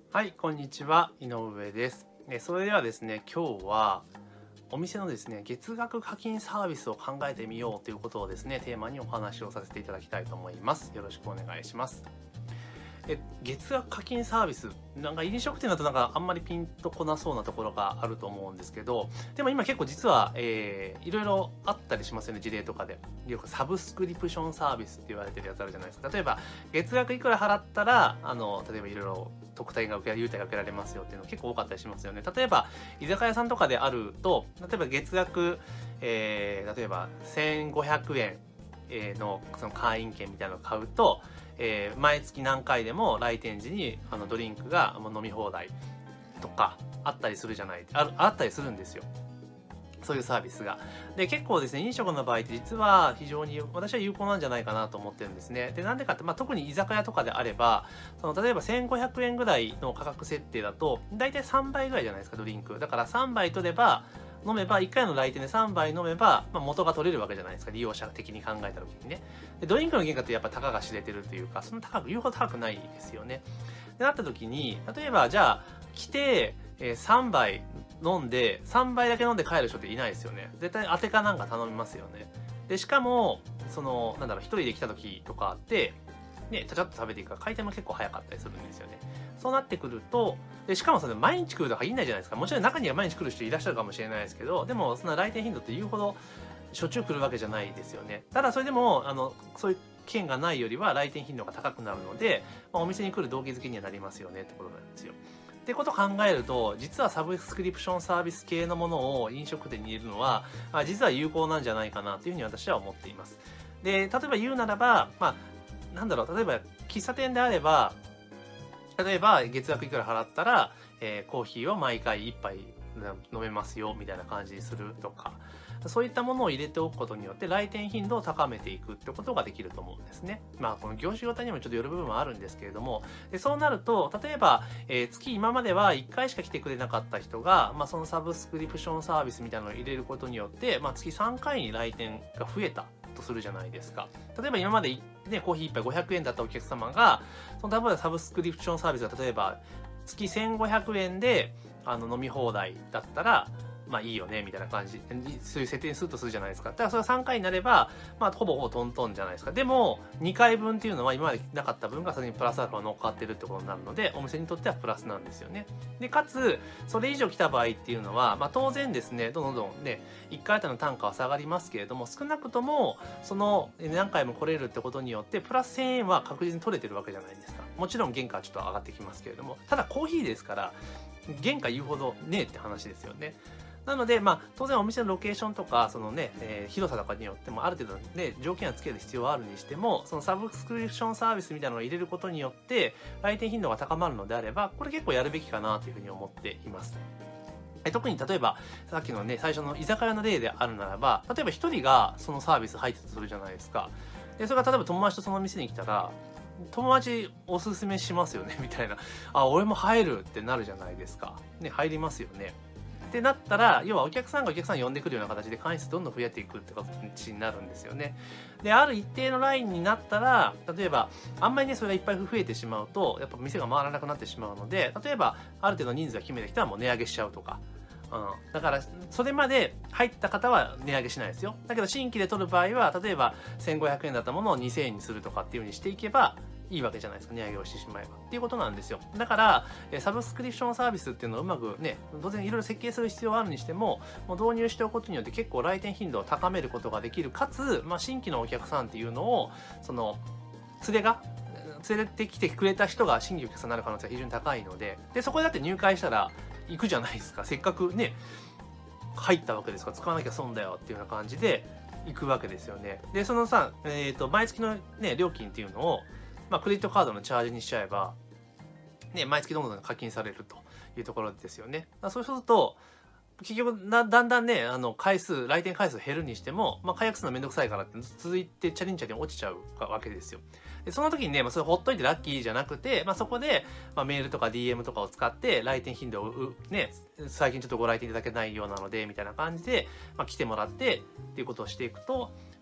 はい、こんにちは、井上です。それではですね、今日はお店のですね、月額課金サービスを考えてみようということをですね、テーマにお話をさせていただきたいと思います。よろしくお願いします。月額課金サービス、なんか飲食店だとなんかあんまりピンとこなそうなところがあると思うんですけど、でも今結構実は、いろいろあったりしますよね、事例とかで。よくサブスクリプションサービスって言われてるやつあるじゃないですか。例えば、月額いくら払ったら、例えばいろいろ特典が優待が受けられますよっていうの結構多かったりしますよね。例えば、居酒屋さんとかであると、例えば月額、例えば1500円のその会員券みたいなのを買うと、毎月何回でも来店時にドリンクが飲み放題とかあったりするじゃない、あったりするんですよ。そういうサービスが。で、結構ですね、飲食の場合って実は非常に私は有効なんじゃないかなと思ってるんですね。で、なんでかって、特に居酒屋とかであれば、例えば1500円ぐらいの価格設定だと、だいたい3杯ぐらいじゃないですか、ドリンク。だから3杯取れば、飲めば、1回の来店で3杯飲めば、元が取れるわけじゃないですか、利用者的に考えた時にね。で、ドリンクの原価ってやっぱたかが知れてるというか、その言うほど高くないですよね。で、なった時に、例えばじゃあ、来て、3杯飲んで、3杯だけ飲んで帰る人っていないですよね。絶対当てかなんか頼みますよね。で、しかも、一人で来た時とかって、ね、ちゃちゃっと食べていくから回転も結構早かったりするんですよね。そうなってくると、でしかも毎日来ると限らないじゃないですか。もちろん中には毎日来る人いらっしゃるかもしれないですけど、でもそんな来店頻度って言うほどしょっちゅう来るわけじゃないですよね。ただそれでも、そういう券がないよりは来店頻度が高くなるので、お店に来る動機づけにはなりますよねってことなんですよ。ってことを考えると、実はサブスクリプションサービス系のものを飲食店に入れるのは、実は有効なんじゃないかなというふうに私は思っています。で、例えば言うならば、例えば喫茶店であれば、例えば月額いくら払ったら、コーヒーを毎回1杯飲めますよみたいな感じにするとか、そういったものを入れておくことによって来店頻度を高めていくってことができると思うんですね。この業種型にもちょっとよる部分はあるんですけれども、でそうなると、例えば、月今までは1回しか来てくれなかった人が、そのサブスクリプションサービスみたいなのを入れることによって、月3回に来店が増えたとするじゃないですか。例えば今までね、コーヒー1杯500円だったお客様が、例えばサブスクリプションサービスが例えば月1500円で飲み放題だったら、いいよねみたいな感じ、そういう設定にするとするじゃないですか。だからそれが3回になれば、ほぼトントンじゃないですか。でも2回分っていうのは今までなかった分がそれにプラスアルファ乗っかってるってことになるので、お店にとってはプラスなんですよね。でかつそれ以上来た場合っていうのは、当然ですね、どんどんね1回あたりの単価は下がりますけれども、少なくともその何回も来れるってことによってプラス1000円は確実に取れてるわけじゃないですか。もちろん原価はちょっと上がってきますけれども、ただコーヒーですから原価言うほどねえって話ですよね。なので、当然お店のロケーションとか、広さとかによってもある程度ね、条件はつける必要はあるにしても、そのサブスクリプションサービスみたいなのを入れることによって、来店頻度が高まるのであれば、これ結構やるべきかなというふうに思っています。特に例えば、さっきのね、最初の居酒屋の例であるならば、例えば一人がそのサービス入ってたとするじゃないですか。で、それが例えば友達とその店に来たら、友達おすすめしますよね、みたいな。俺も入るってなるじゃないですか。ね、入りますよね。ってなったら、要はお客さんがお客さん呼んでくるような形で会員数どんどん増えていくって形になるんですよね。で、ある一定のラインになったら、例えば、あんまりね、それがいっぱい増えてしまうと、やっぱ店が回らなくなってしまうので、例えば、ある程度人数が決めてきたらもう値上げしちゃうとか。だから、それまで入った方は値上げしないですよ。だけど、新規で取る場合は、例えば、1500円だったものを2000円にするとかっていう風にしていけば、いいわけじゃないですか、値上げをしてしまえばっていうことなんですよ。だからサブスクリプションサービスっていうのをうまくね、当然いろいろ設計する必要はあるにしても、もう導入しておくことによって結構来店頻度を高めることができる。かつ、新規のお客さんっていうのを連れてきてくれた人が新規お客さんになる可能性が非常に高いので、そこでだって入会したら行くじゃないですか。せっかくね入ったわけですから使わなきゃ損だよっていうような感じで行くわけですよね。で毎月のね料金っていうのをクレジットカードのチャージにしちゃえば、ね、毎月どんどん課金されるというところですよね。そうすると、結局だんだんね、来店回数減るにしても、解約するのめんどくさいからって続いてチャリンチャリン落ちちゃうわけですよ。で、その時にね、それほっといてラッキーじゃなくて、そこで、メールとか DM とかを使って来店頻度をね、最近ちょっとご来店いただけないようなので、みたいな感じで、来てもらってっていうことをしていくと、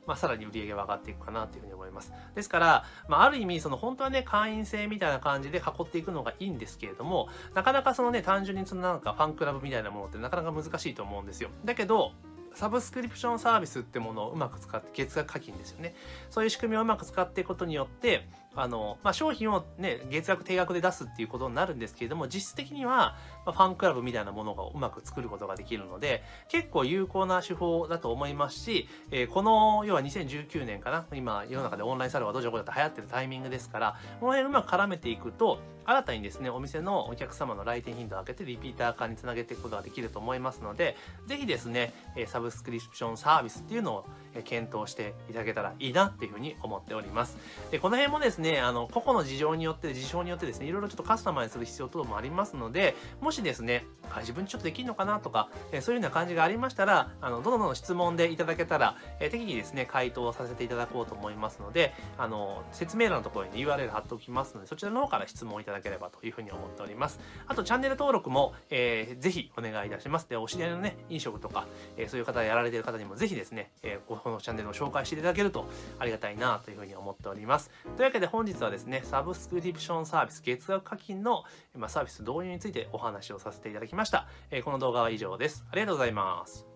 さらに売り上げは上がっていくかなというふうに思います。ですから、ある意味、本当はね、会員制みたいな感じで囲っていくのがいいんですけれども、なかなか単純になんかファンクラブみたいなものってなかなか難しいと思うんですよ。だけど、サブスクリプションサービスってものをうまく使って、月額課金ですよね。そういう仕組みをうまく使っていくことによって、商品をね、月額定額で出すっていうことになるんですけれども、実質的には、ファンクラブみたいなものがうまく作ることができるので、結構有効な手法だと思いますし、この、要は2019年かな、今、世の中でオンラインサロンがどじゃこじゃと流行ってるタイミングですから、この辺うまく絡めていくと、新たにですね、お店のお客様の来店頻度を上げてリピーター化につなげていくことができると思いますので、ぜひですね、サブスクリプションサービスっていうのを検討していただけたらいいなっていうふうに思っております。で、この辺もですね、個々の事情によってですね、いろいろちょっとカスタマイズする必要等もありますので、もしですね、自分ちょっとできるのかなとか、そういうような感じがありましたら、どんどん質問でいただけたら、適宜ですね、回答させていただこうと思いますので、説明欄のところに、ね、URL 貼っておきますので、そちらの方から質問いただければというふうに思っております。あと、チャンネル登録も、ぜひお願いいたします。で、お知り合いのね、飲食とか、そういう方やられている方にもぜひですね、このチャンネルを紹介していただけるとありがたいなというふうに思っております。というわけで本日はですね、サブスクリプションサービス月額課金のサービス導入についてお話をさせていただきました。この動画は以上です。ありがとうございます。